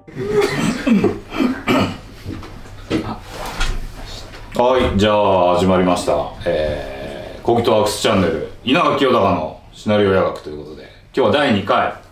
はい、じゃあ始まりました。コギトワークスチャンネル稲垣清隆のシナリオ夜学ということで、今日は第2回、はい、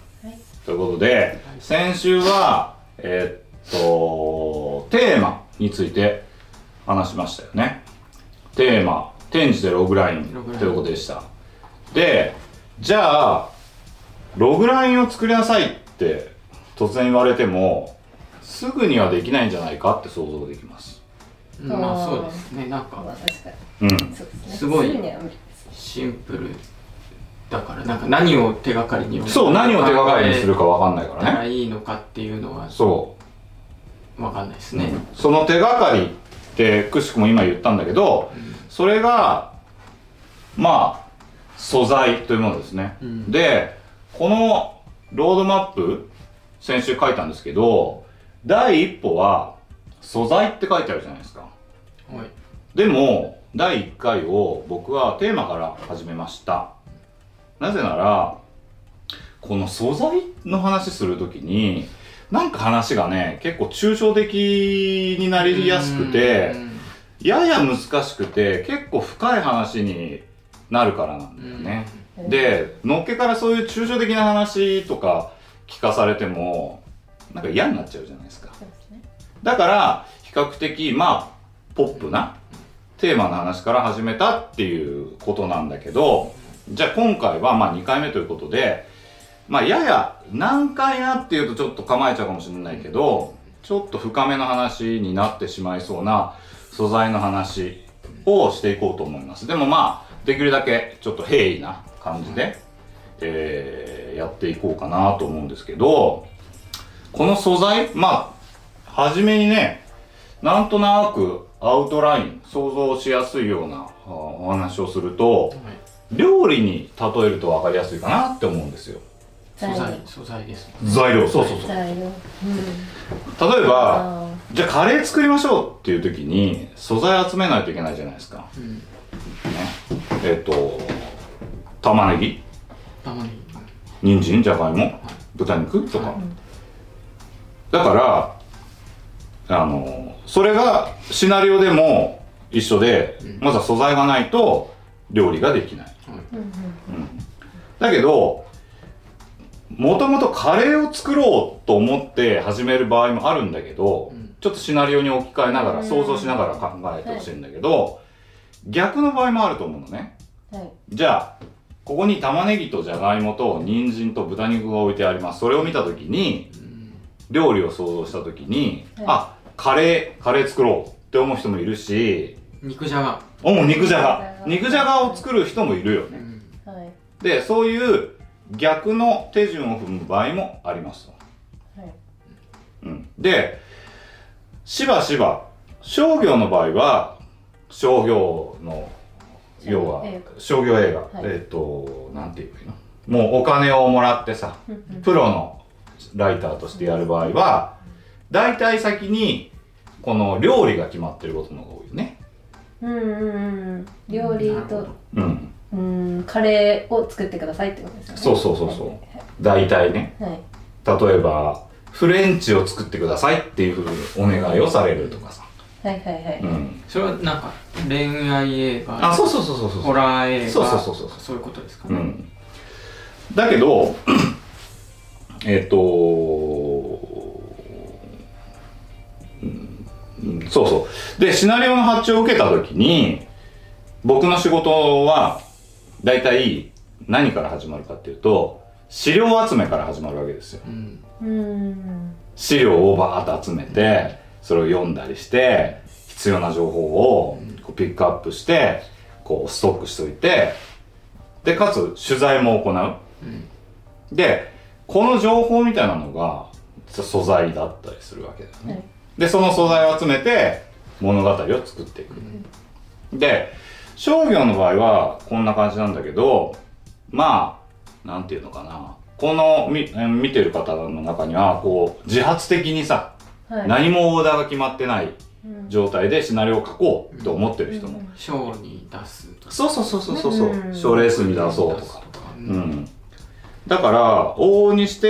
ということで、先週はテーマについて話しましたよね。テーマ、転じてログラインということでした。で、じゃあログラインを作りなさいって突然言われてもすぐにはできないんじゃないかって想像できます。 まあそうですね、なんか、 すごいシンプルだから、なんか何を手がかりに何を手がかりにするかわかんないからね。 いいのかっていうのはわかんないですね。 その手がかりってくしくも今言ったんだけど、それがまあ素材というものですね。で、このロードマップ先週書いたんですけど、第一歩は素材って書いてあるじゃないですか。 はい、 でも第1回を僕はテーマから始めました。なぜならこの素材の話するときになんか話がね結構抽象的になりやすくてやや難しくて結構深い話になるからなんだよね。で、のっけからそういう抽象的な話とか聞かされてもなんか嫌になっちゃうじゃないですか。だから比較的まあポップなテーマの話から始めたっていうことなんだけど、じゃあ今回はまあ2回目ということで、まあやや難解なっていうとちょっと構えちゃうかもしれないけど、ちょっと深めの話になってしまいそうな素材の話をしていこうと思います。でもまあできるだけちょっと平易な感じで、やっていこうかなと思うんですけど、この素材、まあ初めにねなんとなくアウトライン想像しやすいようなお話をすると、料理に例えると分かりやすいかなって思うんですよ。 素材ですね。 材料、そう。例えばじゃあカレー作りましょうっていう時に素材集めないといけないじゃないですか。ね、玉ねぎ、人参、じゃがいも、豚肉とか。だからそれがシナリオでも一緒で、まずは素材がないと料理ができない。だけどもともとカレーを作ろうと思って始める場合もあるんだけど、ちょっとシナリオに置き換えながら想像しながら考えてほしいんだけど、逆の場合もあると思うのね。じゃあここに玉ねぎとじゃがいもと人参と豚肉が置いてあります。それを見た時に料理を想像した時に、あ、カレー作ろうって思う人もいるし、 肉じゃがを作る人もいるよね。で、そういう逆の手順を踏む場合もありますと。で、しばしば商業の場合は商業の要は商業映画、なんていうの、もうお金をもらってさ、プロのライターとしてやる場合は大体先にこの料理が決まってることの方が多いよね。 料理とカレーを作ってくださいってことですよね。 そう大体ね、例えばフレンチを作ってくださいっていうふうにお願いをされるとかさ。 それはなんか恋愛映画、ホラー映画、そういうことですかね。 だけどでシナリオの発注を受けた時に僕の仕事は大体何から始まるかっていうと資料集めから始まるわけですよ。資料をバーッと集めてそれを読んだりして必要な情報をこうピックアップしてこうストックしといて、でかつ取材も行う。でこの情報みたいなのが素材だったりするわけだよね。でその素材を集めて物語を作っていく。で商業の場合はこんな感じなんだけど、まあなんていうのかな、この見てる方の中にはこう自発的にさ、何もオーダーが決まってない状態でシナリオを書こうと思ってる人も、 賞に出すとか、 そう賞レースに出そうとか、 だから往々にして、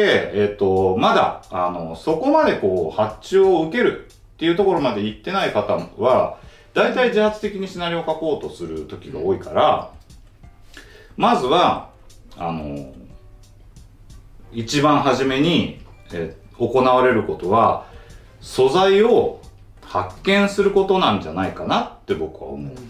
まだそこまでこう発注を受けるっていうところまで行ってない方は大体自発的にシナリオを書こうとする時が多いから、まずは一番初めに、行われることは素材を発見することなんじゃないかなって僕は思う。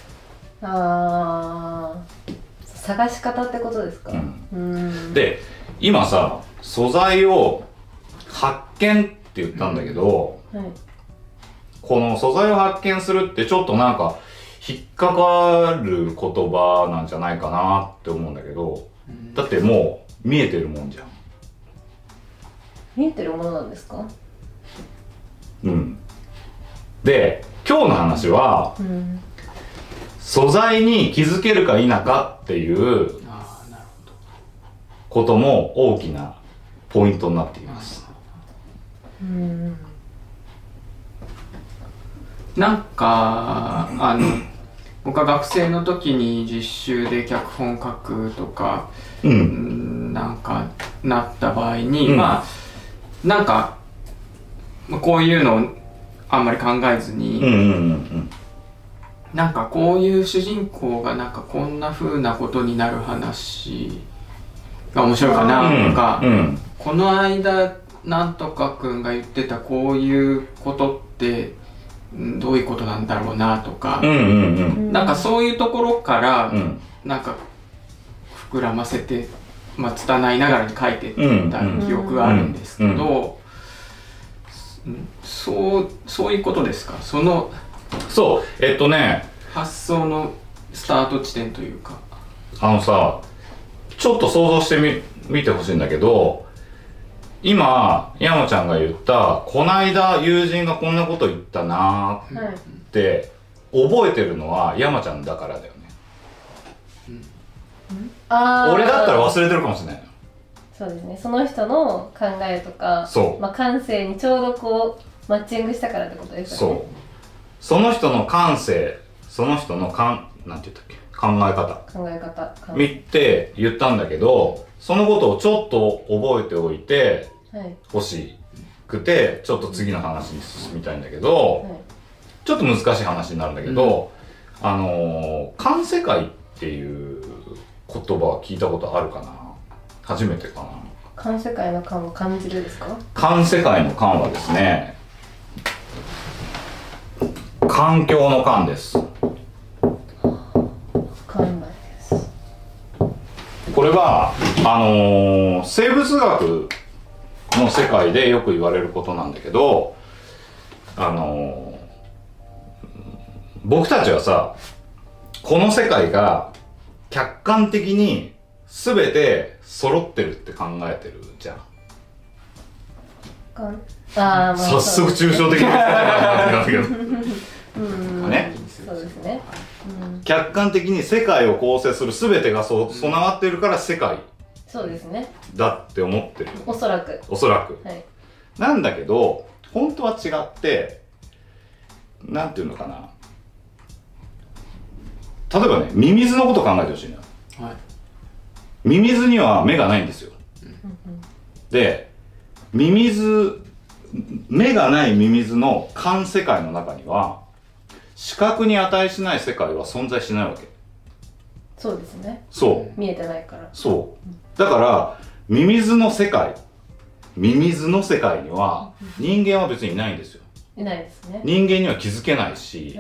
探し方ってことですか？ で、今さ、素材を発見って言ったんだけど、この素材を発見するってちょっとなんか引っかかる言葉なんじゃないかなって思うんだけど、だってもう見えてるもんじゃん。 見えてるものなんですか？ で、今日の話は、素材に気づけるか否かっていうことも大きなポイントになっています。 なんか僕は学生の時に実習で脚本書くとか、なんかなった場合に、なんかこういうのをあんまり考えずに、なんかこういう主人公がなんかこんな風なことになる話が面白いかなとか、この間なんとかくんが言ってたこういうことってどういうことなんだろうなとか、なんかそういうところからなんか膨らませて、拙いながらに書いてた記憶があるんですけど、そういうことですか？ そう、 発想のスタート地点というか。 さ、ちょっと想像してみてほしいんだけど、今山ちゃんが言ったこないだ友人がこんなこと言ったなーって覚えてるのは山ちゃんだからだよね。俺だったら忘れてるかもしれない。 そうですね、その人の考えとか、感性にちょうどこうマッチングしたからってことですよね。 その人の感性、その人のなんて言ったっけ、考え方見って言ったんだけど、そのことをちょっと覚えておいて欲しくて、ちょっと次の話に進みたいんだけど、ちょっと難しい話になるんだけど、環世界っていう言葉は聞いたことあるかな？初めてかな。 環世界の環を感じるですか？ 環世界の環はですね、環境の環です。これは生物学の世界でよく言われることなんだけど、僕たちはさ、この世界が客観的に全て揃ってるって考えてるじゃん。早速抽象的なけどね。 そうですね。 客観的に世界を構成する全てが備わってるから世界そうですねだって思ってる。 おそらく、 なんだけど本当は違って、なんていうのかな、例えばね、ミミズのこと考えてほしいのよ。ミミズには目がないんですよ。で、目がないミミズの環世界の中には視覚に値しない世界は存在しないわけ。 そうですね。見えてないから。 だからミミズの世界には人間は別にいないんですよ。 いないですね。 人間には気づけないし、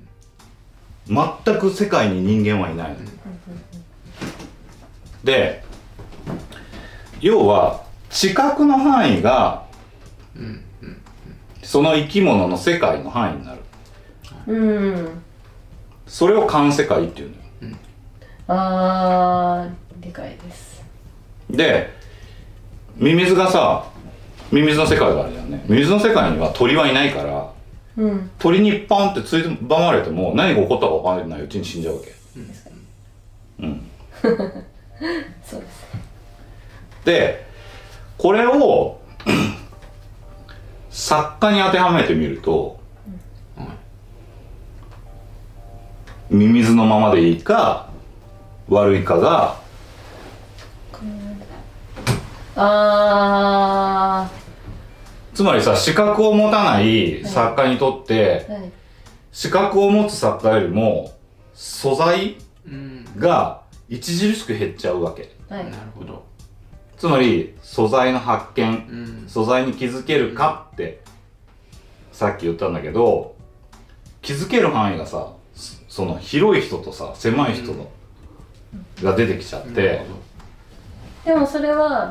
全く世界に人間はいないの。で、要は知覚の範囲がその生き物の世界の範囲になる。それを環世界っていうのよ。 理解です。 で、ミミズの世界があるじゃんね。ミミズの世界には鳥はいないから、鳥にポンってついばまれても何が起こったか分からないうちに死んじゃうわけ。 そうですね。 で、これを作家に当てはめてみると、ミミズのままでいいか悪いかがつまりさ、資格を持たない作家にとって、はいはい、資格を持つ作家よりも素材が著しく減っちゃうわけ、 はい、なるほど。 つまり素材の発見、素材に気づけるかって、さっき言ったんだけど、気づける範囲がさ、その広い人とさ狭い人が出てきちゃって、 でもそれは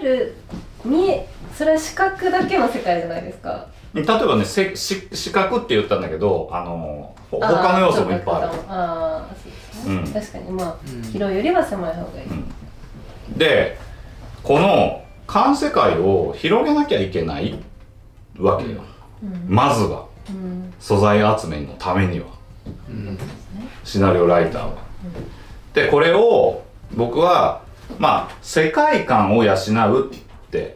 それは視覚だけの世界じゃないですか。 例えばね、視覚って言ったんだけど、他の要素もいっぱいある。 そうですね、確かにまあ、広いよりは狭い方がいい、 で、この観世界を広げなきゃいけないわけよ、まずは、素材集めのためには、シナリオライターは、でこれを僕はまあ世界観を養うって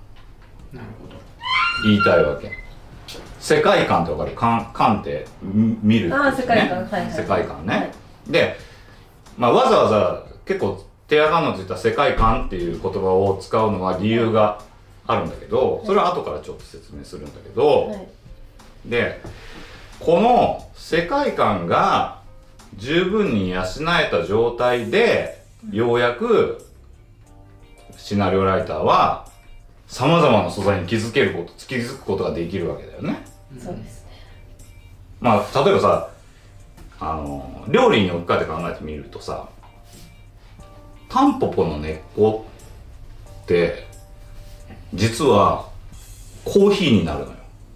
言いたいわけ。世界観ってわかる？観って見るって、ね、 世界観、はいはい、 世界観ね、はい、で、まあ、わざわざ結構手垢のついた世界観っていう言葉を使うのは理由があるんだけど、それは後からちょっと説明するんだけど、はい、でこの世界観が十分に養えた状態でようやくシナリオライターはさまざまな素材に気づくことができるわけだよね。 そうですね。 まあ例えばさ、料理に置き換えて考えてみるとさ、タンポポの根っこって実はコーヒーになるのよ。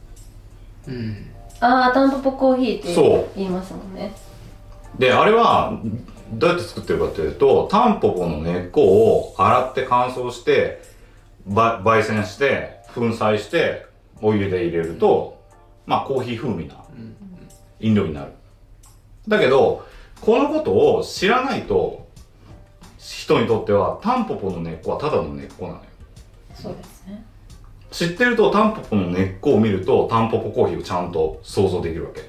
タンポポコーヒーって言いますもんね。 で、あれはどうやって作ってるかというと、タンポポの根っこを洗って乾燥して焙煎して粉砕してお湯で入れると、まあコーヒー風味な飲料になる。だけどこのことを知らないと、人にとってはタンポポの根っこはただの根っこなのよ。 そうですね。 知ってるとタンポポの根っこを見るとタンポポコーヒーをちゃんと想像できるわけ、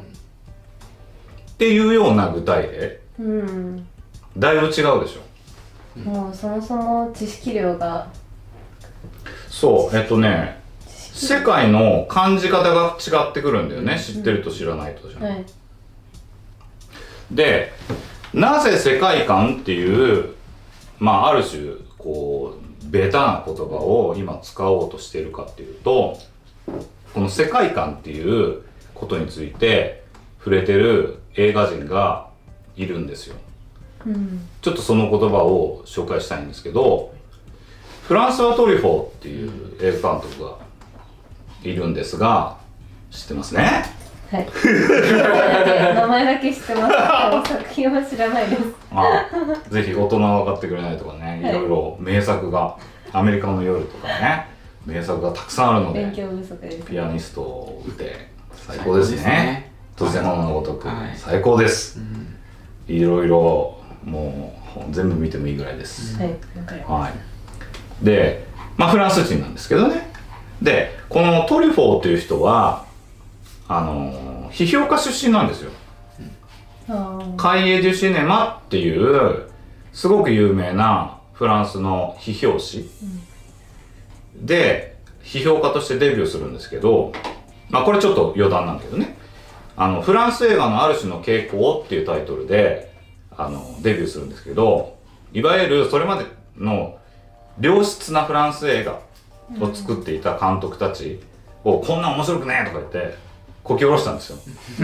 っていうような具体例、だいぶ違うでしょ。 もうそもそも知識量が、 そう世界の感じ方が違ってくるんだよね、知ってると知らないとじゃん、はい、でなぜ世界観っていうまあある種こうベタな言葉を今使おうとしているかっていうと、この世界観っていうことについて触れてる映画人がいるんですよ、ちょっとその言葉を紹介したいんですけど、フランソワ・トリュフォーっていう映画監督がいるんですが、知ってますね。 はい。名前だけ知ってます。作品は知らないです。 ぜひ大人は分かってくれないとかね、はい、いろいろ名作が、アメリカの夜とかね、名作がたくさんあるので、 勉強不足ですね。 ピアニストを打て最高ですね。突然物のごとく、最高です。いろいろもう全部見てもいいぐらいです。 はい、わかります。 で、まあフランス人なんですけどね。で、このトリュフォーという人は批評家出身なんですよ。カイエ・デュ・シネマっていうすごく有名なフランスの批評誌、で批評家としてデビューするんですけど、まあこれちょっと余談なんだけどね、フランス映画のある種の傾向っていうタイトルでデビューするんですけど、いわゆるそれまでの良質なフランス映画を作っていた監督たちを、こんな面白くねえとか言ってこき下ろしたんですよ。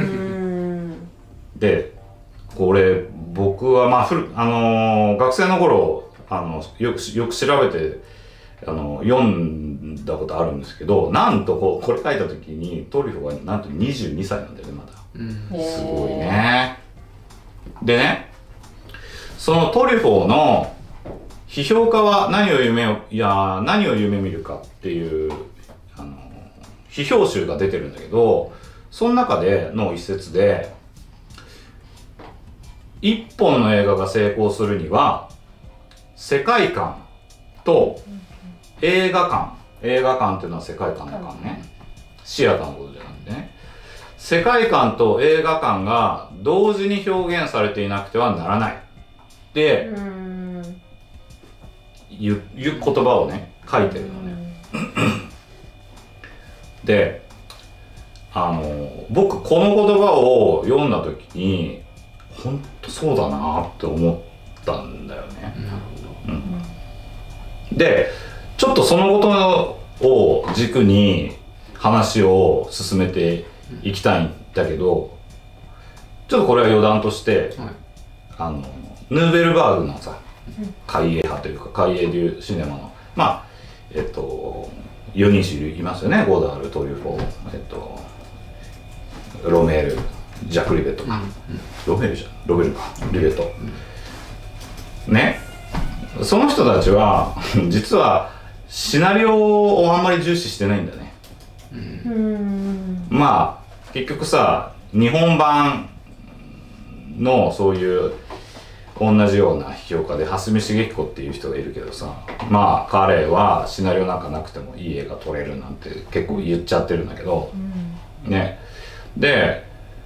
で、僕はまあ学生の頃よく調べて読んだことあるんですけど、なんとこれ書いた時にトリュフォーがなんと22歳なんだよね、まだ。すごいね。でね、そのトリュフォーの批評家は何を夢見るかっていう批評集が出てるんだけど、その中での一節で、一本の映画が成功するには世界観と映画館っていうのは世界観の観ね、シアターのことじゃなくてね、世界観と映画館が同時に表現されていなくてはならないっていう言葉をね書いてるのね。で僕この言葉を読んだ時に本当そうだなって思ったんだよね。 なるほど。でちょっとそのことを軸に話を進めていきたいんだけど、ちょっとこれは余談として、ヌーベルバーグのさ海映派というか海映流シネマの4人種いますよね。ゴダール、トリュフォー、ロメール、ジャック・リベットか、ロベルかリベット、ね。その人たちは実はシナリオをあんまり重視してないんだね。まあ結局さ日本版のそういう同じような批評家で蓮見茂彦っていう人がいるけどさ、まあ彼はシナリオなんかなくてもいい映画撮れるなんて結構言っちゃってるんだけど、ね。で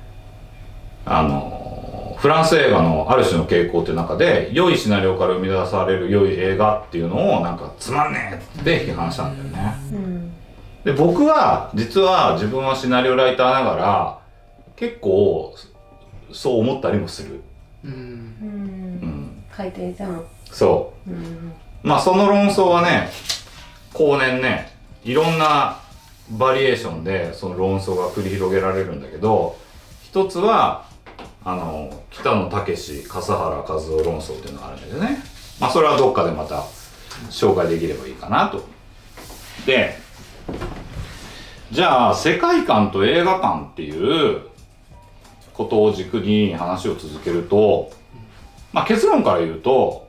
フランス映画のある種の傾向っていう中で良いシナリオから生み出される良い映画っていうのをなんかつまんねえって批判したんだよね。で僕は実は自分はシナリオライターながら結構そう思ったりもする。 書いていてもそう、まあその論争はね後年ねいろんなバリエーションでその論争が繰り広げられるんだけど、一つは北野武、笠原和夫論争っていうのがあるんだけどね、まあそれはどっかでまた紹介できればいいかなと。でじゃあ世界観と映画館っていうことを軸に話を続けると、まあ結論から言うと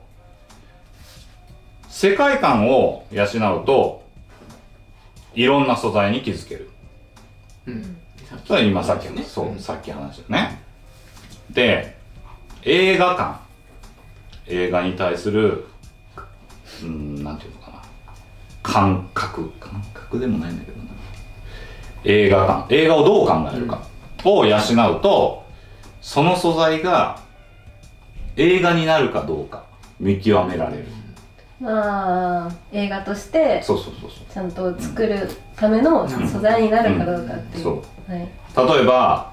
世界観を養うといろんな素材に気づける。それは今さっき話したね。で映画館、映画に対するなんていうのかな、感覚でもないんだけどな、映画をどう考えるかを養うと、その素材が映画になるかどうか見極められる。 まあ映画としてちゃんと作るための素材になるかどうかっていう。例えば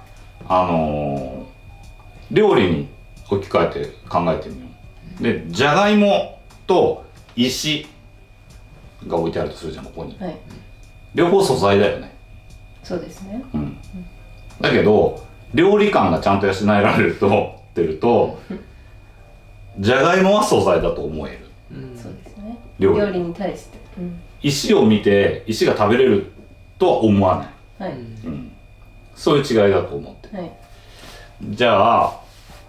料理に置き換えて考えてみよう。でじゃがいもと石が置いてあるとするじゃん、ここに、両方素材だよね。 そうですね。 だけど料理感がちゃんと養えられるとじゃがいもは素材だと思える。 そうですね。 料理に対して、 石を見て石が食べれるとは思わない。そういう違いだと思って、じゃあ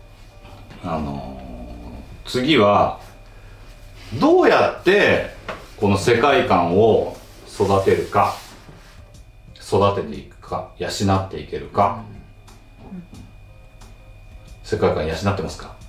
次はどうやってこの世界観を育てていくか養っていけるか。世界観養ってますか？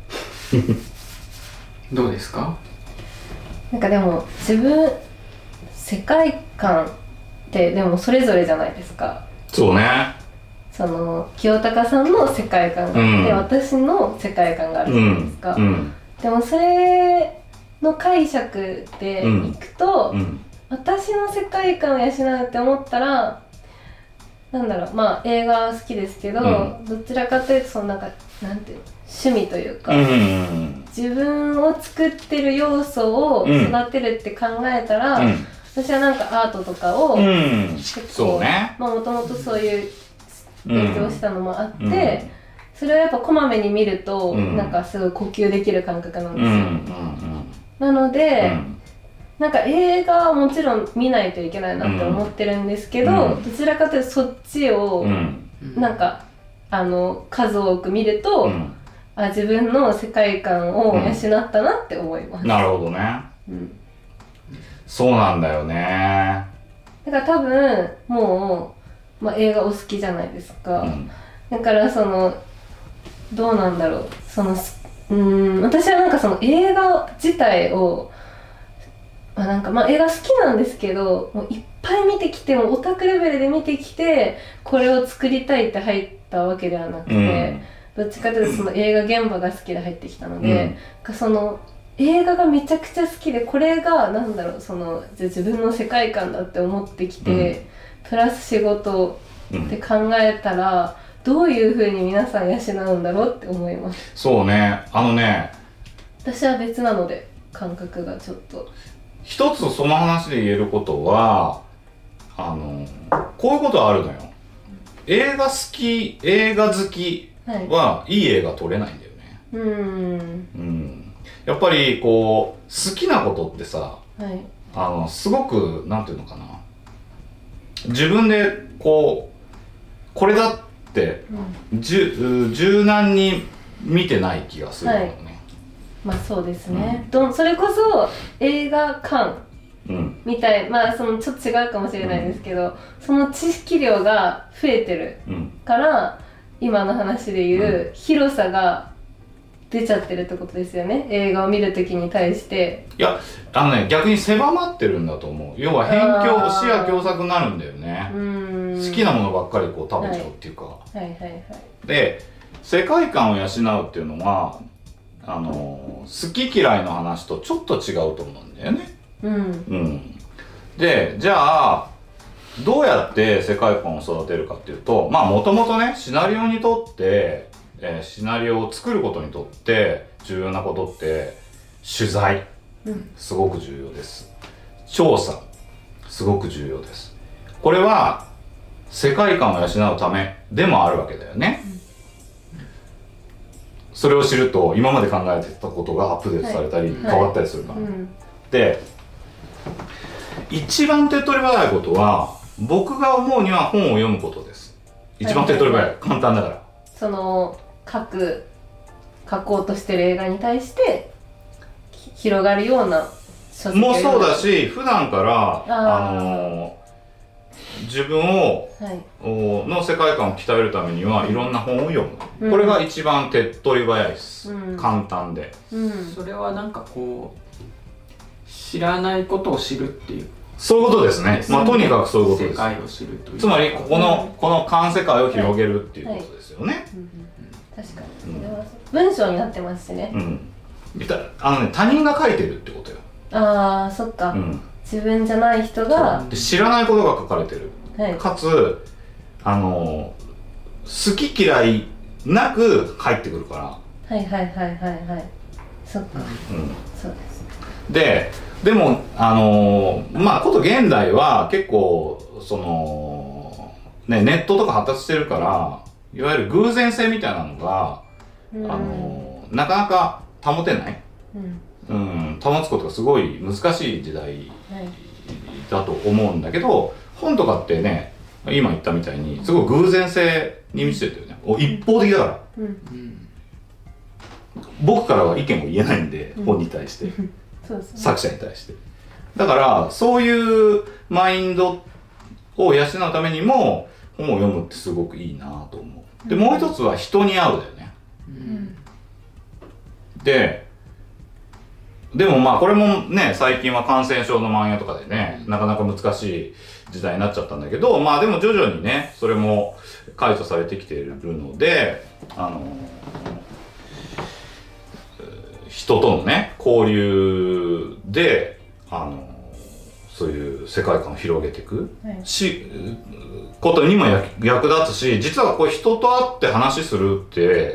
どうですか？ なんかでも世界観ってでもそれぞれじゃないですか。 そうね。 その清高さんの世界観があって、私の世界観があるじゃないですか。でもそれの解釈でいくと、私の世界観を養うって思ったらなんだろう、まあ映画好きですけど、どちらかというとそのなんていう趣味というか、自分を作ってる要素を育てるって考えたら、私はなんかアートとかを結構もともとそういう勉強したのもあって、それをやっぱこまめに見ると、なんかすごい呼吸できる感覚なんですよ。なので、なんか映画はもちろん見ないといけないなって思ってるんですけど、どちらかというとそっちをなんか数多く見ると、自分の世界観を養ったなって思います。 なるほどね。そうなんだよね。 だから多分もう、映画お好きじゃないですか。だからどうなんだろう、私はなんかその映画自体をなんか映画好きなんですけど、もういっぱい見てきてもオタクレベルで見てきてこれを作りたいって入ったわけではなくて、どっちかというとその映画現場が好きで入ってきたので、 映画がめちゃくちゃ好きで、これがなんだろう、その自分の世界観だって思ってきて、プラス仕事って考えたら、どういう風に皆さん養うんだろうって思います。 そうね、 私は別なので感覚がちょっと一つその話で言えることはこういうことあるのよ。映画好きはいい映画撮れないんだよね。やっぱりこう好きなことってさ、すごくなんていうのかな、自分でこれだって柔軟に見てない気がするのね。 まあそうですね、それこそ映画館みたい、まあそのちょっと違うかもしれないですけど、その知識量が増えてるから、今の話でいう広さが出ちゃってるってことですよね、映画を見るときに対して。 いや逆に狭まってるんだと思う。要は視野狭窄になるんだよね。好きなものばっかりこう食べちゃうっていうか。で世界観を養うっていうのは好き嫌いの話とちょっと違うと思うんだよね。でじゃあどうやって世界観を育てるかっていうと、まあもともとねシナリオにとって、シナリオを作ることにとって重要なことって取材、すごく重要です。調査、すごく重要です。これは世界観を養うためでもあるわけだよね。それを知ると今まで考えてたことがアップデートされたり変わったりするから。で一番手っ取り早いことは僕が思うには本を読むことです。一番手っ取り早い、簡単だから。 その書こうとしてる映画に対して広がるような書籍もそうだし、普段から自分を、の世界観を鍛えるためにはいろんな本を読む、これが一番手っ取り早いです、簡単で、 それはなんかこう知らないことを知るっていう、 そういうことですね。まあとにかくそういうことです。 世界を知るという、 つまりこの環世界を広げるっていうことですよね。 確かに、それは文章になってますしね。 他人が書いてるってことよ。 ああ、そっか、自分じゃない人が知らないことが書かれてる、かつ好き嫌いなく入ってくるから。そっか、そうです。でもまあこと現代は結構そのネットとか発達してるから、いわゆる偶然性みたいなのがなかなか保てない、保つことがすごい難しい時代だと思うんだけど、本とかってね、今言ったみたいにすごい偶然性に満ちてるよね。一方的だから、僕からは意見も言えないんで、本に対して作者に対して。だからそういうマインドを養うためにも本を読むってすごくいいなと思う。でもう一つは人に会うだよね。でもまあこれもね、最近は感染症の蔓延とかでね、なかなか難しい時代になっちゃったんだけど、まあでも徐々にねそれも解除されてきているので、人とのね交流でそういう世界観を広げていく、ことにも役立つし、実はこう人と会って話するって、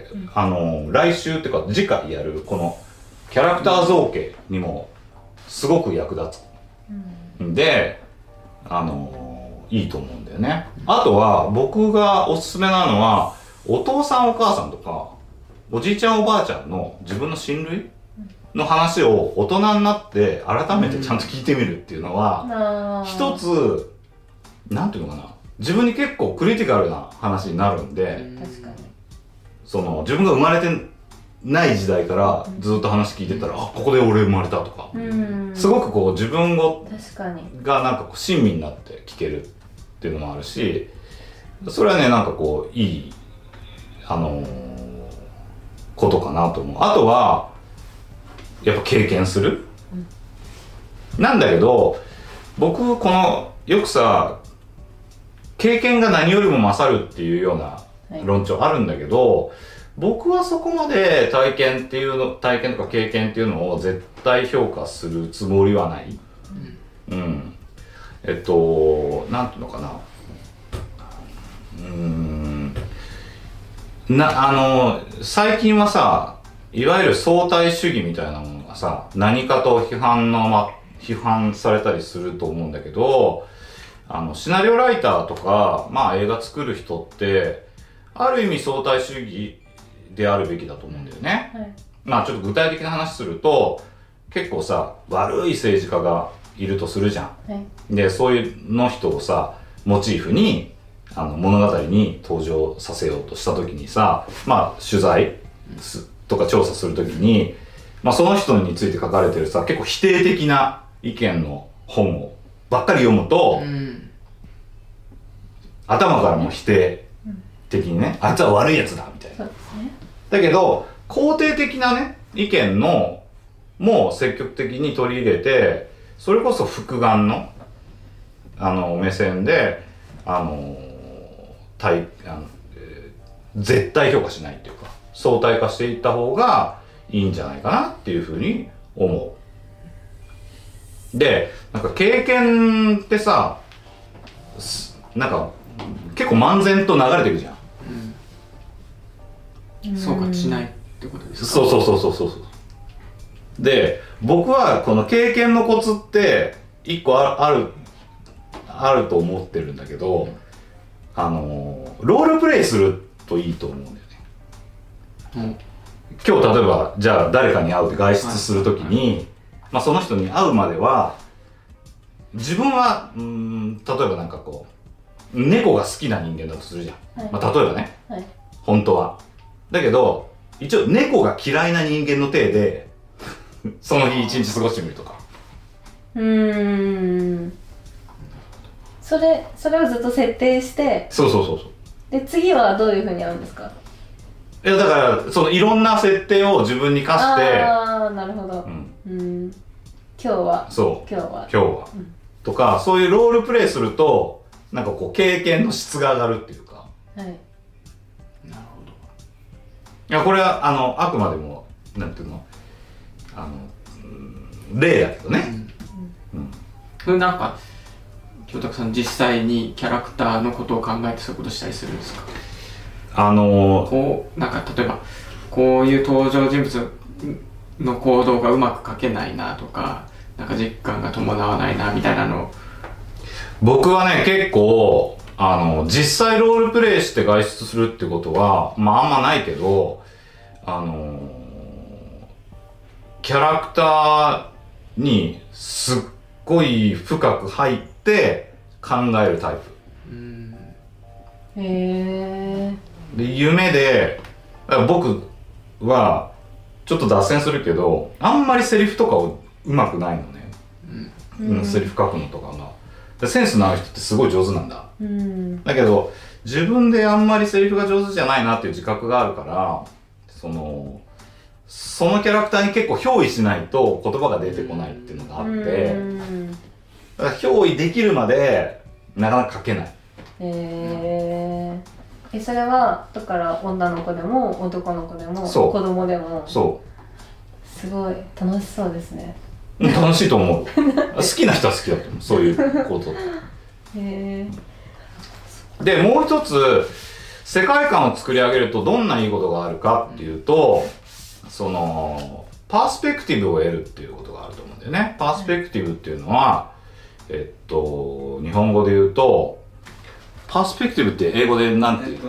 来週っていうか次回やるこのキャラクター造形にもすごく役立つんで、いいと思うんだよね。あとは僕がおすすめなのは、お父さんお母さんとかおじいちゃんおばあちゃんの自分の親類の話を大人になって改めてちゃんと聞いてみるっていうのは、一つなんていうのかな、自分に結構クリティカルな話になるんで、その自分が生まれてない時代からずっと話聞いてたら、あ、ここで俺生まれたとか、すごくこう自分がなんかこう親身になって聞けるっていうのもあるし、それはねなんかこういいことかなと思う。あとはやっぱ経験する、なんだけど僕よくさ、経験が何よりも勝るっていうような論調あるんだけど、 僕はそこまで体験とか経験っていうのを絶対評価するつもりはない。うん。なんていうのかな。最近はさ、いわゆる相対主義みたいなものがさ、何かと批判されたりすると思うんだけど、シナリオライターとか、まあ映画作る人って、ある意味相対主義であるべきだと思うんだよね。はい、まあちょっと具体的な話すると、結構さ、悪い政治家がいるとするじゃん。はい、で、そういうの人をさ、モチーフに、物語に登場させようとした時にさ、まあ取材とか調査する時に、まあその人について書かれてるさ、結構否定的な意見の本をばっかり読むと、頭からも否定的にね、あいつは悪いやつだみたいな。そうですね。だけど、肯定的なね、意見も積極的に取り入れて、それこそ複眼の、目線で、絶対評価しないっていうか、相対化していった方がいいんじゃないかなっていうふうに思う。で、なんか経験ってさ、なんか結構漫然と流れていくじゃん。 そうかしないってことですか。 そうで、僕はこの経験のコツって一個あると思ってるんだけど、ロールプレイするといいと思うんだよね。今日例えばじゃあ誰かに会うって外出するときに、まあその人に会うまでは自分は例えばなんかこう猫が好きな人間だとするじゃん。はい、まあ例えばね、はい、本当は。だけど一応猫が嫌いな人間の体でその日一日過ごしてみるとか。 それをずっと設定して。 そうで次はどういうふうに会うんですか。 いやだからそのいろんな設定を自分に課して。 ああなるほど。今日は。 とかそういうロールプレイするとなんかこう経験の質が上がるっていうか。はい。なるほど。いやこれはあくまでもなんていうの例だけどね。 それなんか京拓さん実際にキャラクターのことを考えてそういうことしたりするんですか。こうなんか例えばこういう登場人物の行動がうまく描けないなとか、なんか実感が伴わないなみたいなの。 僕はね結構実際ロールプレイして外出するってことはまああんまないけどキャラクターにすっごい深く入って考えるタイプ。で夢で僕はちょっと脱線するけどあんまりセリフとかをうまくないのね。セリフ書くのとかが。でセンスのある人ってすごい上手なんだ。だけど自分であんまりセリフが上手じゃないなっていう自覚があるからそのキャラクターに結構憑依しないと言葉が出てこないっていうのがあってだから憑依できるまでなかなか書けない。 それはだから女の子でも男の子でも子供でもすごい楽しそうですね。 楽しいと思う。好きな人は好きだと思う。そういうことでもう一つ世界観を作り上げるとどんないいことがあるかっていうとそのパースペクティブを得るっていうことがあると思うんだよね。パースペクティブっていうのは日本語で言うとパースペクティブって英語でなんていう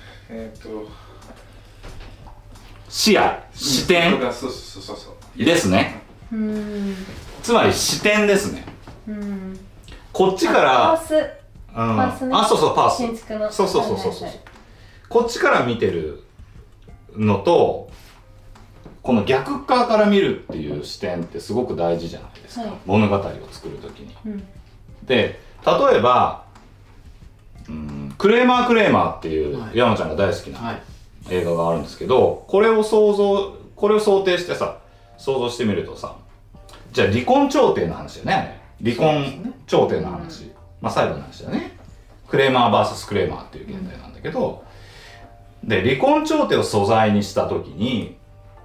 視野、視点ですね。つまり視点ですね。こっちからパースね。 パース。 建築の。 そう。こっちから見てるのとこの逆側から見るっていう視点ってすごく大事じゃないですか。物語を作るときに。で例えばクレーマーっていう山ちゃんが大好きな映画があるんですけど、これを想定してさ想像してみるとさ、じゃあ離婚調停の話だよね。離婚調停の話、まあ裁判の話だよね。クレーマー vs クレーマーっていう現代なんだけど、 で離婚調停を素材にした時に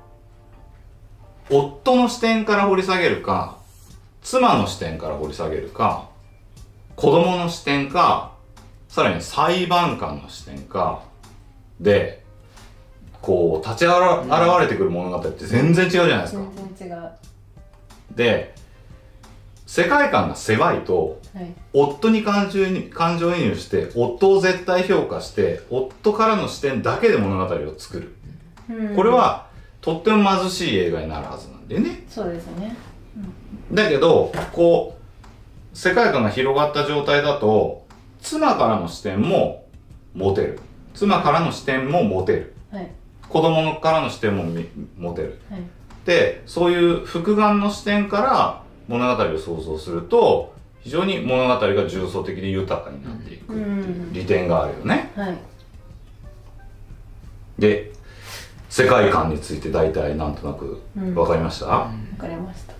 夫の視点から掘り下げるか妻の視点から掘り下げるか子供の視点かさらに裁判官の視点かでこう立ち現れてくる物語って全然違うじゃないですか。 全然違う。 で世界観が狭いと、はい、夫に感情移入して夫を絶対評価して夫からの視点だけで物語を作る、これはとっても貧しい映画になるはずなんだよね。 そうですね、 だけどこう世界観が広がった状態だと妻からの視点も持てる、妻からの視点も持てる、はい、子供からの視点も持てる、はい、でそういう複眼の視点から物語を想像すると非常に物語が重層的で豊かになっていくっていう利点があるよね、はい、で世界観について大体なんとなく分かりました？ 分かりました。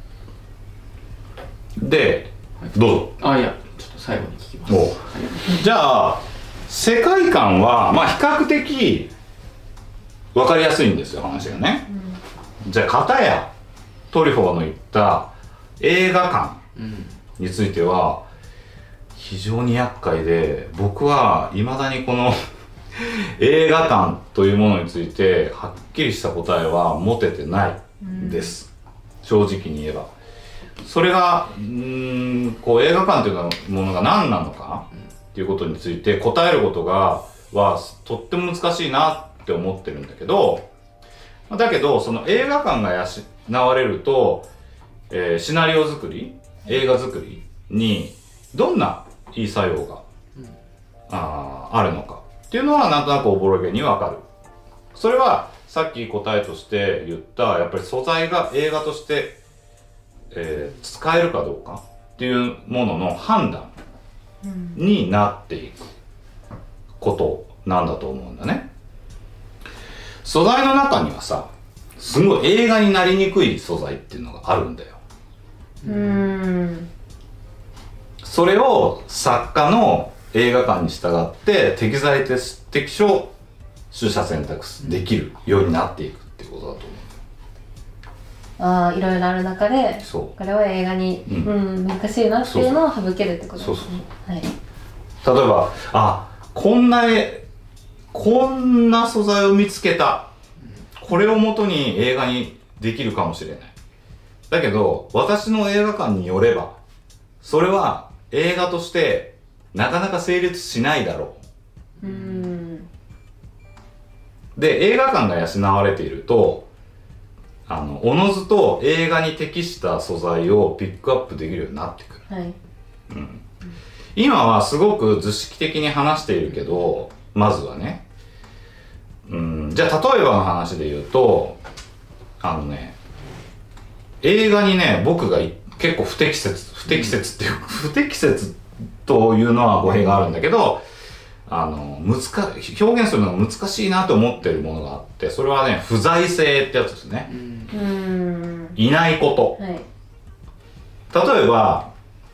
でどうぞ。 いやちょっと最後に聞きます。 じゃあ世界観はまあ比較的分かりやすいんですよ話がね、じゃあ片やトリュフォーの言った映画館については非常に厄介で僕はいまだにこの映画館というものについてはっきりした答えは持ててないです、正直に言えば。それがこう映画館というものが何なのかっていうことについて答えることはとっても難しいなって思ってるんだけど、だけどその映画館が養われるとシナリオ作り、映画作りにどんないい作用が、あるのかっていうのはなんとなくおぼろげにわかる。それはさっき答えとして言ったやっぱり素材が映画として、使えるかどうかっていうものの判断になっていくことなんだと思うんだね。素材の中にはさ、すごい映画になりにくい素材っていうのがあるんだよ。それを作家の映画館に従って適材適所取捨選択できるようになっていくっていうことだと思う。 いろいろある中でこれは映画に、難しいなっていうのを省けるってことですね。はい、例えばこんな素材を見つけた、これをもとに映画にできるかもしれない。だけど私の映画館によればそれは映画としてなかなか成立しないだろう。で映画館が養われているとおのずと映画に適した素材をピックアップできるようになってくる、はい、今はすごく図式的に話しているけどまずはね、じゃあ例えばの話で言うと映画にね僕が結構不適切っていう不適切というのは語弊があるんだけど表現するのが難しいなと思ってるものがあって、それはね不在性ってやつですね。いないこと、はい、例えば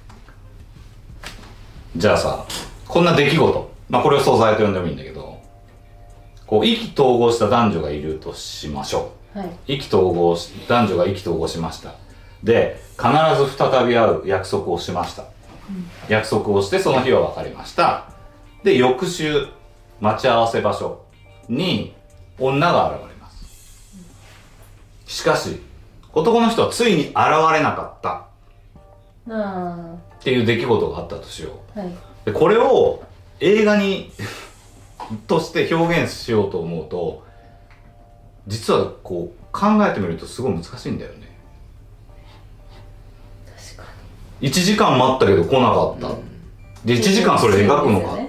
じゃあさこんな出来事、これを素材と呼んでもいいんだけど、こう意気投合した男女がいるとしましょう、はい、男女が意気投合しました。で必ず再び会う約束をしました、約束をしてその日は別れました。で翌週待ち合わせ場所に女が現れます、しかし男の人はついに現れなかったっていう出来事があったとしよう、はい、でこれを映画にとして表現しようと思うと実はこう考えてみるとすごい難しいんだよね。 確かに1時間待ったけど来なかった、で1時間それ描くのかって、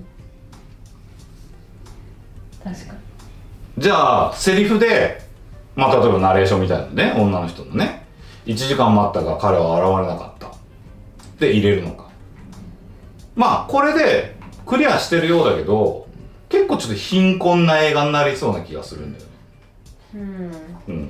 確かに。 じゃあセリフで例えばナレーションみたいなのね、女の人のね1時間待ったが彼は現れなかったで入れるのか、これでクリアしてるようだけど結構ちょっと貧困な映画になりそうな気がするんだよね。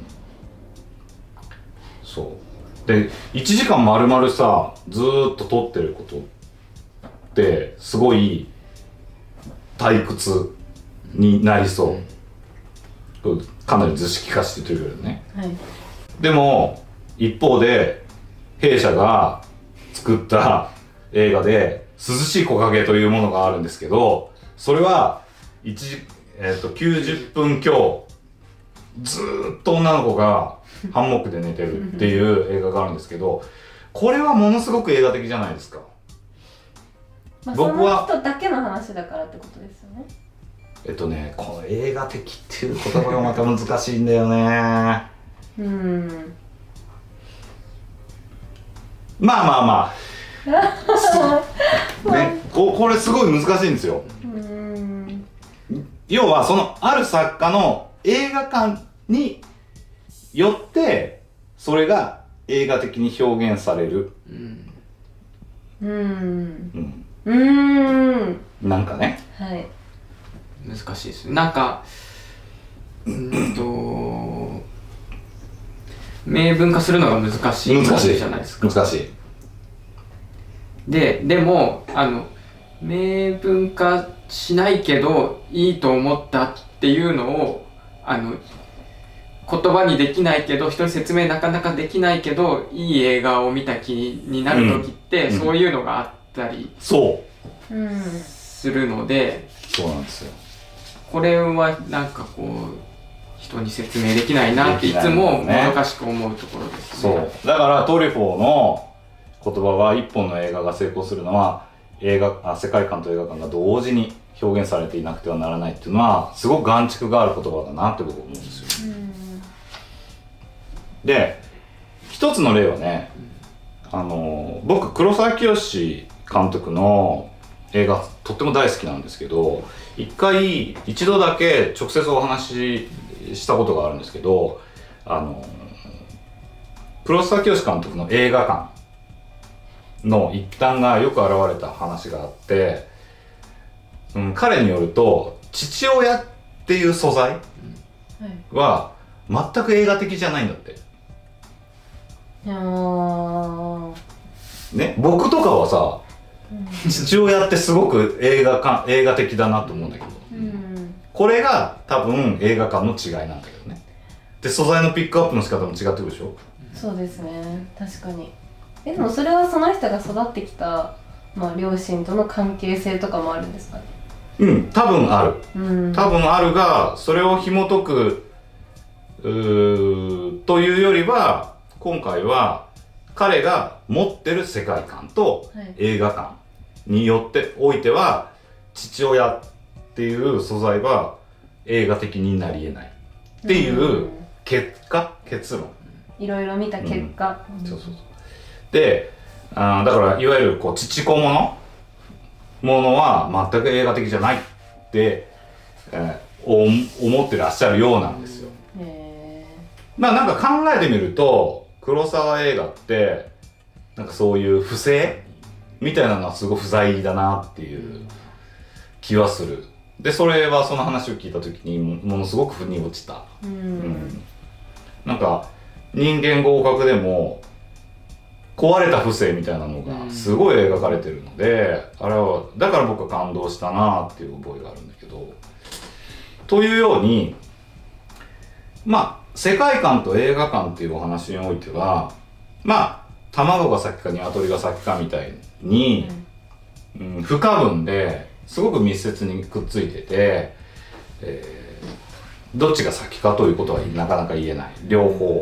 そうで1時間丸々さずーっと撮ってることってすごい退屈になりそう、かなり図式化してというよりね、 はい、 でも一方で弊社が作った映画で涼しい木陰というものがあるんですけど、それは90分強ずーっと女の子がハンモックで寝てるっていう映画があるんですけど、これはものすごく映画的じゃないですか。 まあ、僕はその人だけの話だからってことですよね。 この映画的っていう言葉がまた難しいんだよね。まあね、これすごい難しいんですよ。要はそのある作家の映画館によってそれが映画的に表現される。なんかね、 はい、 難しいです。なんか明文化するのが難しいじゃないですか。 難しい。 でも明文化しないけどいいと思ったっていうのを言葉にできないけど、人に説明なかなかできないけどいい映画を見た気になる時って、そういうのがあったりするので、 そうなんですよ。 これはなんかこう人に説明できないなっていつももどかしく思うところですね。 そうだからトリュフォーの言葉は一本の映画が成功するのは世界観と映画観が同時に表現されていなくてはならないっていうのはすごく眼蓄がある言葉だなって僕は思うんですよ。で一つの例はね、僕黒沢清監督の映画とっても大好きなんですけど、一度だけ直接お話ししたことがあるんですけど、黒沢清監督の映画館の一端がよく現れた話があって、彼によると父親っていう素材は全く映画的じゃないんだって。ね、僕とかはさ、父親ってすごく映画的だなと思うんだけど、これが多分映画館の違いなんだけどね。で素材のピックアップの仕方も違ってくるでしょ。 そうですね、確かに。でもそれはその人が育ってきた、両親との関係性とかもあるんですかね。 多分ある、多分あるが、それを紐解くというよりは、今回は彼が持ってる世界観と映画観によっておいては、父親っていう素材は映画的になり得ないっていう結論、 いろいろ見た結果、 そうで、だからいわゆる父子ものは全く映画的じゃないって、思ってらっしゃるようなんですよ。なんか考えてみると黒沢映画ってなんかそういう不正みたいなのはすごい不在だなっていう気はする。でそれはその話を聞いた時にものすごく腑に落ちた。なんか人間合格でも壊れた不正みたいなのがすごい描かれてるので、あれはだから僕は感動したなっていう覚えがあるんだけど、というように世界観と映画観っていうお話においては卵が先か鶏が先かみたいに、不可分ですごく密接にくっついてて、どっちが先かということはなかなか言えない。両方、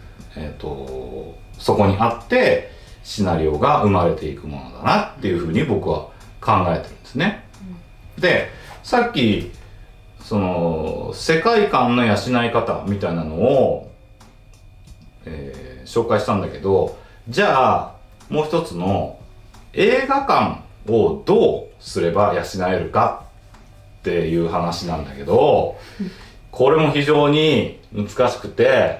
そこにあってシナリオが生まれていくものだなっていうふうに僕は考えてるんですね。でさっきその世界観の養い方みたいなのを、紹介したんだけど、じゃあもう一つの映画館をどうすれば養えるかっていう話なんだけど、これも非常に難しくて、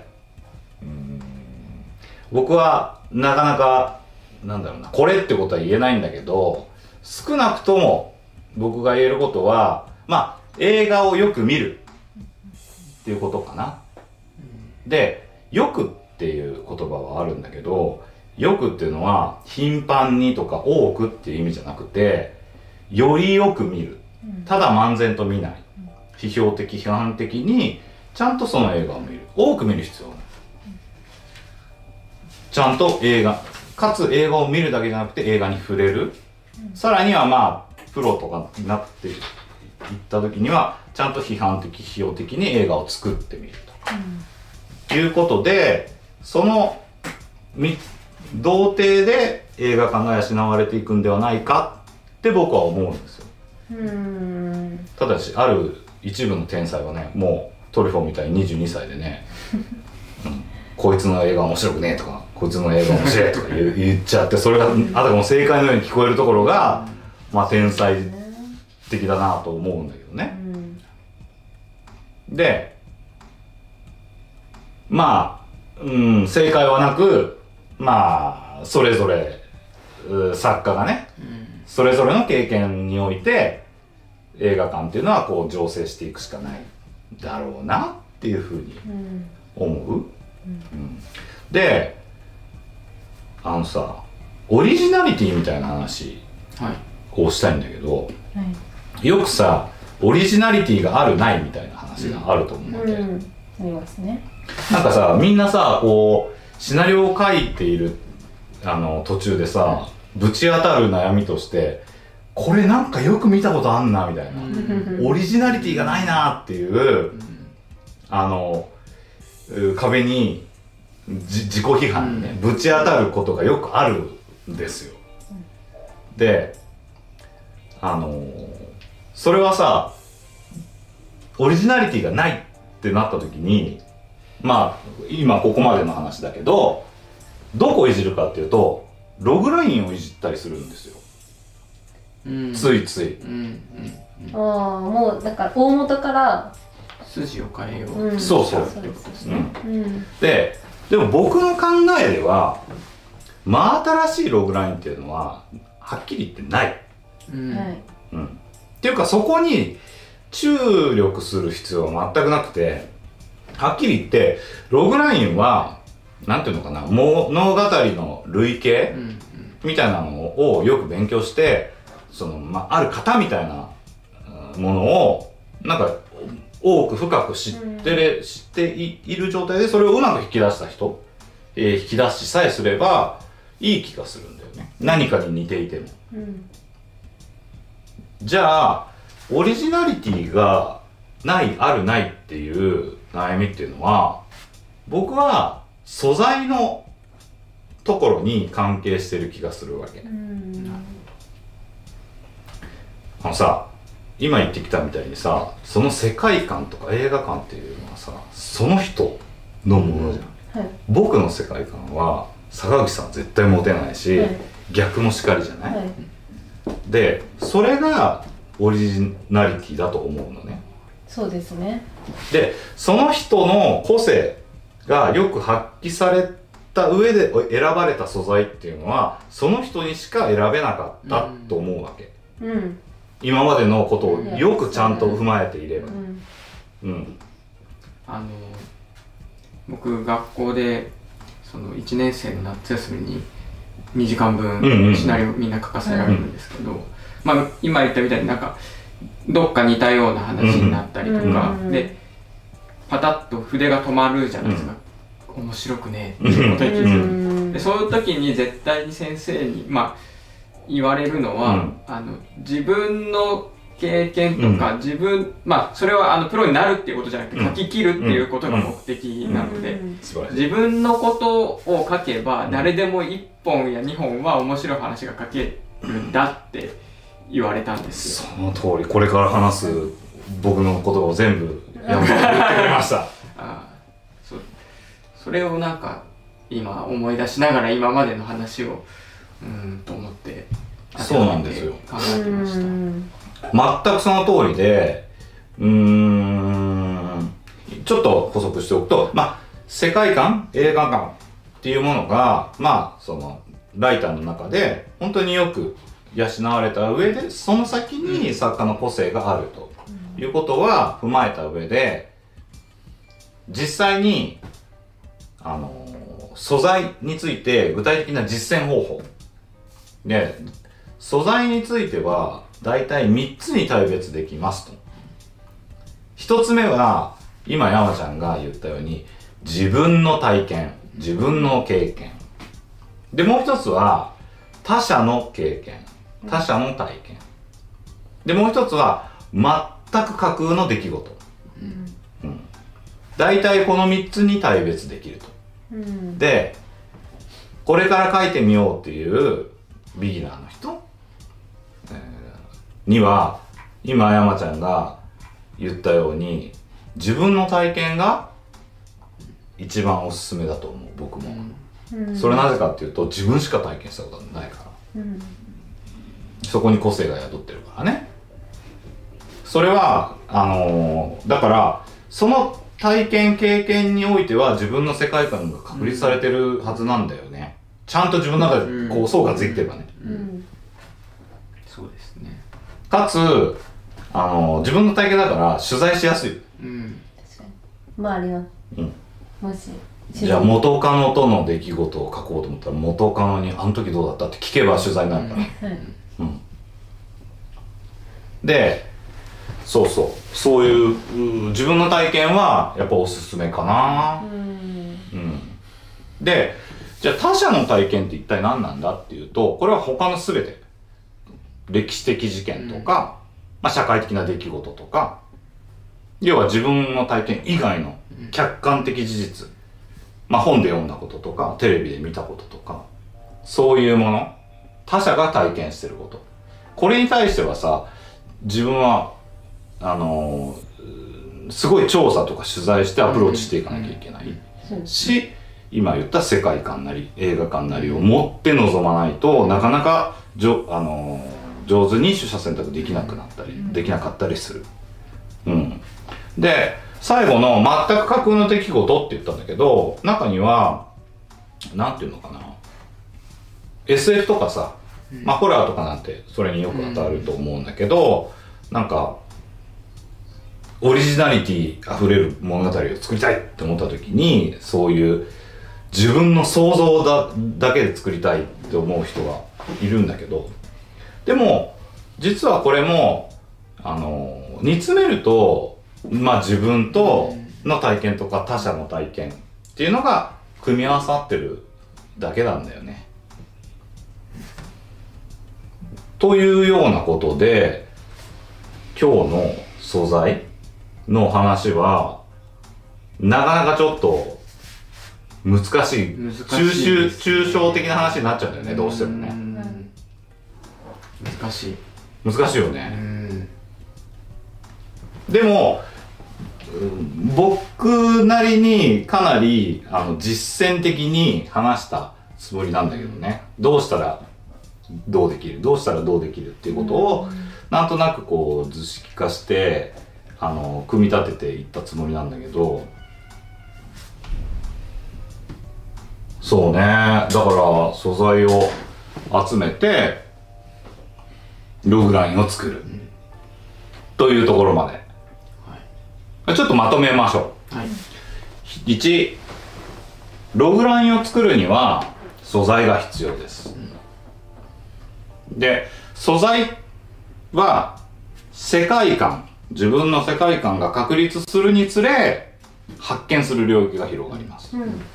僕はなかなかこれってことは言えないんだけど、少なくとも僕が言えることは映画をよく見るっていうことかな。でよくっていう言葉はあるんだけど、よくっていうのは頻繁にとか多くっていう意味じゃなくて、よりよく見る、ただ漫然と見ない、 批評的批判的にちゃんとその映画を見る。多く見る必要はない。ちゃんと映画かつ映画を見るだけじゃなくて映画に触れる、さらにはまあプロとかになっていった時にはちゃんと批判的批評的に映画を作ってみると、いうことでその童貞で映画館が養われていくんではないかって僕は思うんですよ。ただしある一部の天才はね、もうトリフォーみたいに22歳でね、こいつの映画面白くねえとか、こいつの映画面白いとか言っちゃって、それがあたかも正解のように聞こえるところが、まあ天才的だなと思うんだけどね。で、まあ、正解はなく、まあそれぞれ作家がね、それぞれの経験において映画館っていうのはこう醸成していくしかないだろうなっていうふうに思う。で、さ、オリジナリティみたいな話をしたいんだけど、よくさ、オリジナリティがあるないみたいな話があると思うわけ。 ありますね。 なんかさ、みんなさ、こうシナリオを書いている途中でさ、ぶち当たる悩みとして、これなんかよく見たことあんなみたいな、オリジナリティがないなっていう壁に自己批判にね、ぶち当たることがよくあるんですよ。で、それはさ、オリジナリティがないってなった時に、まあ今ここまでの話だけど、どこをいじるかっていうとログラインをいじったりするんですよ、ついつい。 もうだから大元から筋を変えよう。 そうそうってことですね。でも僕の考えでは真新しいログラインっていうのははっきり言ってない。っていうかそこに注力する必要は全くなくて、はっきり言ってログラインはなんていうのかな、物語の類型みたいなのをよく勉強して、ある型みたいなものをなんか多く深く知っている状態で、それをうまく引き出した人、引き出しさえすればいい気がするんだよね、何かに似ていても。じゃあオリジナリティがあるないっていう悩みっていうのは、僕は素材のところに関係してる気がするわけ。さ、今言ってきたみたいにさ、その世界観とか映画館っていうのはさ、その人のものじゃん。僕の世界観は坂口さん絶対持てないし、逆もしかりじゃない。で、それがオリジナリティだと思うのね。 そうですね。 で、その人の個性がよく発揮された上で選ばれた素材っていうのはその人にしか選べなかったと思うわけ。今までのことをよくちゃんと踏まえていれば。 僕学校でその1年生の夏休みに2時間分シナリオみんな書かせられるんですけど、まあ今言ったみたいになんかどっか似たような話になったりとかで、パタッと筆が止まるじゃないですか。面白くねえっていうことに気づく。でそういう時に絶対に先生に言われるのは、自分の経験とか自分、それはプロになるっていうことじゃなくて書き切るっていうことが目的なので、自分のことを書けば誰でも1本や2本は面白い話が書けるんだって言われたんですよ。 その通り、これから話す僕の言葉を全部言ってくれました。 それをなんか今思い出しながら今までの話をと思ってそうなんですよ、 考えてました。 全くその通りで、ちょっと補足しておくと、世界観、映画館っていうものがそのライターの中で本当によく養われた上で、その先に作家の個性があるということは踏まえた上で、実際に素材について具体的な実践方法で、素材についてはだいたい3つに大別できますと。 一つ目は今山ちゃんが言ったように自分の体験、自分の経験で、もう一つは他者の経験、他者の体験で、もう一つは全く架空の出来事、大体この3つに大別できると、でこれから書いてみようっていうビギナーの人、には今山ちゃんが言ったように自分の体験が一番おすすめだと思う、僕も、それなぜかっていうと自分しか体験したことないから、そこに個性が宿ってるからね。それはだからその体験経験においては自分の世界観が確立されてるはずなんだよね、ちゃんと自分の中でこう層がついてればね、 そうですね。 かつ自分の体験だから取材しやすい、 確かに周りの、もしじゃあ元カノとの出来事を書こうと思ったら元カノにあの時どうだったって聞けば取材になるから、でそういう自分の体験はやっぱおすすめかな。でじゃあ他者の体験って一体何なんだっていうと、これは他の全て歴史的事件とか、社会的な出来事とか、要は自分の体験以外の客観的事実、本で読んだこととかテレビで見たこととか、そういうもの、他者が体験してること、これに対してはさ、自分はすごい調査とか取材してアプローチしていかなきゃいけないし、今言った世界観なり映画観なりを持って臨まないとなかなか上手に取捨選択できなくなったり、できなかったりする。で最後の全く架空の出来事って言ったんだけど、中にはなんていうのかな、 SF とかさ、ホラーとかなんてそれによく当たると思うんだけど、なんかオリジナリティあふれる物語を作りたいって思った時に、そういう自分の想像だけで作りたいって思う人がいるんだけど、でも実はこれも煮詰めると、自分との体験とか他者の体験っていうのが組み合わさってるだけなんだよね。というようなことで今日の素材の話はなかなかちょっと難しい、抽象的な話になっちゃうんだよね、どうしてもね。 難しいよね。でも僕なりにかなり実践的に話したつもりなんだけどね、どうしたらどうできる、どうしたらどうできるっていうことをなんとなくこう図式化して組み立てていったつもりなんだけど、そうね、だから素材を集めてログラインを作るというところまで、ちょっとまとめましょう。1、ログラインを作るには素材が必要です。で素材は世界観、自分の世界観が確立するにつれ発見する領域が広がります。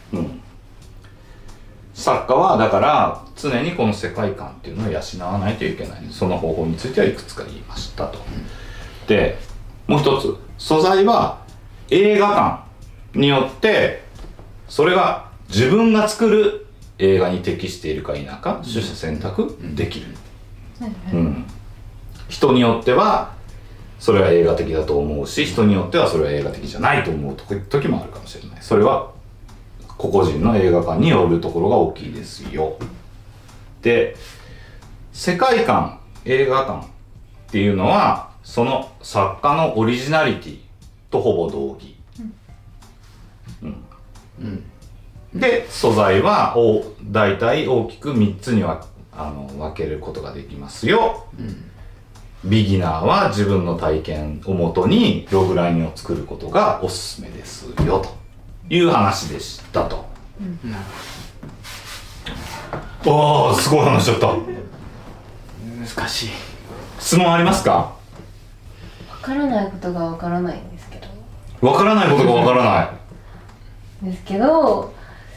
作家はだから常にこの世界観っていうのを養わないといけない。その方法についてはいくつか言いましたと。でもう一つ、素材は映画館によってそれが自分が作る映画に適しているか否か取捨選択できる。人によってはそれは映画的だと思うし、人によってはそれは映画的じゃないと思う時もあるかもしれない。それは個々人の映画館によるところが大きいですよ。で世界観、映画館っていうのはその作家のオリジナリティとほぼ同義。で素材は大体大きく3つには分けることができますよ。ビギナーは自分の体験をもとにログラインを作ることがおすすめですよという話でしたと。おー、すごい話しちゃった。 難しい。 質問ありますか？ わからないことがわからないんですけど、 わからないことがわからないですけど、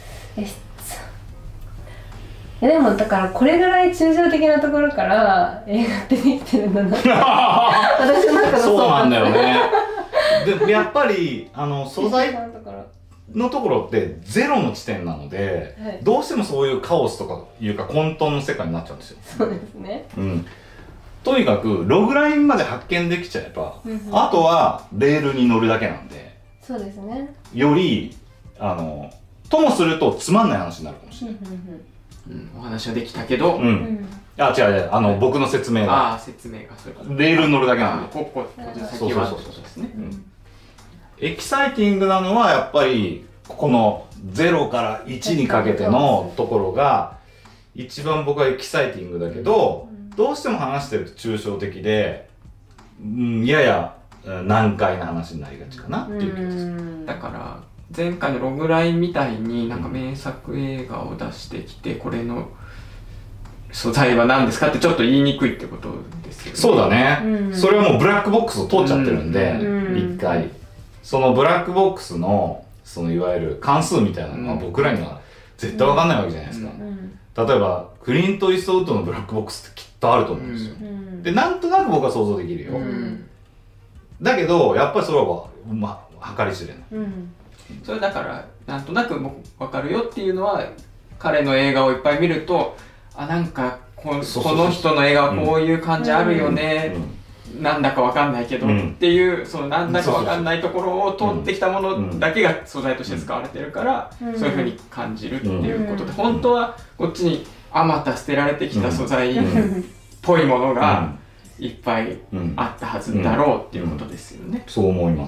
でもだからこれぐらい抽象的なところから映画ってできてるんだな私の中のそうなんだよね。でやっぱり素材のところってゼロの地点なので、はい、どうしてもそういうカオスとかいうか混沌の世界になっちゃうんですよ。 そうですね、 うん、とにかくログラインまで発見できちゃえば、あとはレールに乗るだけなんで、 そうですね、 よりともするとつまんない話になるかもしれない。 お話はできたけど、 違う僕の説明が説明がそういうこと、 レールに乗るだけなんで、 そうですね。 エキサイティングなのはやっぱりこの0から1にかけてのところが一番僕はエキサイティングだけど、どうしても話してると抽象的で、やや難解な話になりがちかなっていう気がする。 だから前回のログラインみたいになんか名作映画を出してきて、これの素材は何ですかってちょっと言いにくいってことですよね。 そうだね、それはもうブラックボックスを通っちゃってるんで、一回そのブラックボックスのそのいわゆる関数みたいなのは僕らには絶対分かんないわけじゃないですか。例えばクリント・イーストウッドのブラックボックスってきっとあると思うんですよ。でなんとなく僕は想像できるよ。だけどやっぱりそれは計り知れない。 それだからなんとなく分かるよっていうのは、彼の映画をいっぱい見ると、なんかこの人の映画はこういう感じあるよね、なんだか分かんないけどっていう、そのなんだか分かんないところを通ってきたものだけが素材として使われてるから、そういうふうに感じるっていうことで、本当はこっちにあまた捨てられてきた素材っぽいものがいっぱいあったはずだろうっていうことですよね。 そう思います。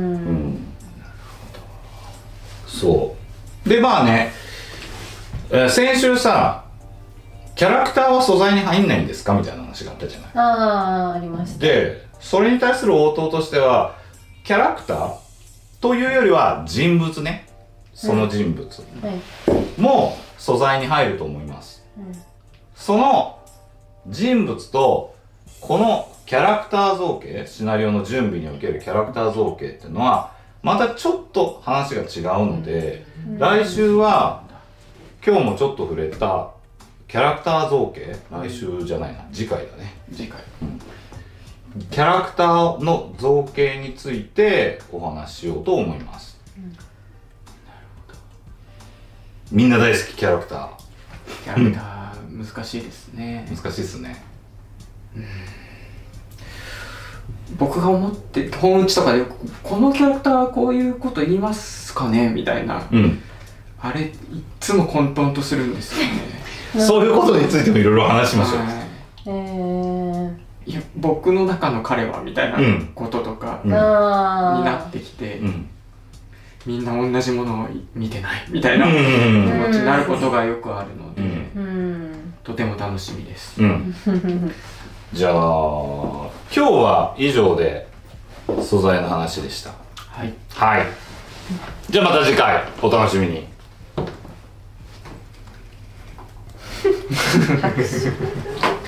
そうで先週さ、キャラクターは素材に入んないんですかみたいな話があったじゃない。 ありました。 でそれに対する応答としては、キャラクターというよりは人物ね、その人物も素材に入ると思います。その人物とこのキャラクター造形、シナリオの準備におけるキャラクター造形っていうのはまたちょっと話が違うので、来週は今日もちょっと触れたキャラクター造形、来週じゃないな、次回だね。 次回、 キャラクターの造形についてお話ししようと思います。なるほど。みんな大好きキャラクター。 キャラクター難しいですね。 難しいですね。 僕が思って本打ちとかでこのキャラクターはこういうこと言いますかねみたいな、あれいつも混沌とするんですよね。 そういうことについてもいろいろ話しましょう。いや僕の中の彼はみたいなこととかになってきて、みんな同じものを見てないみたいな気持ちになることがよくあるので、とても楽しみです。 じゃあ今日は以上で素材の話でした。 はい、 はい、じゃあまた次回お楽しみに。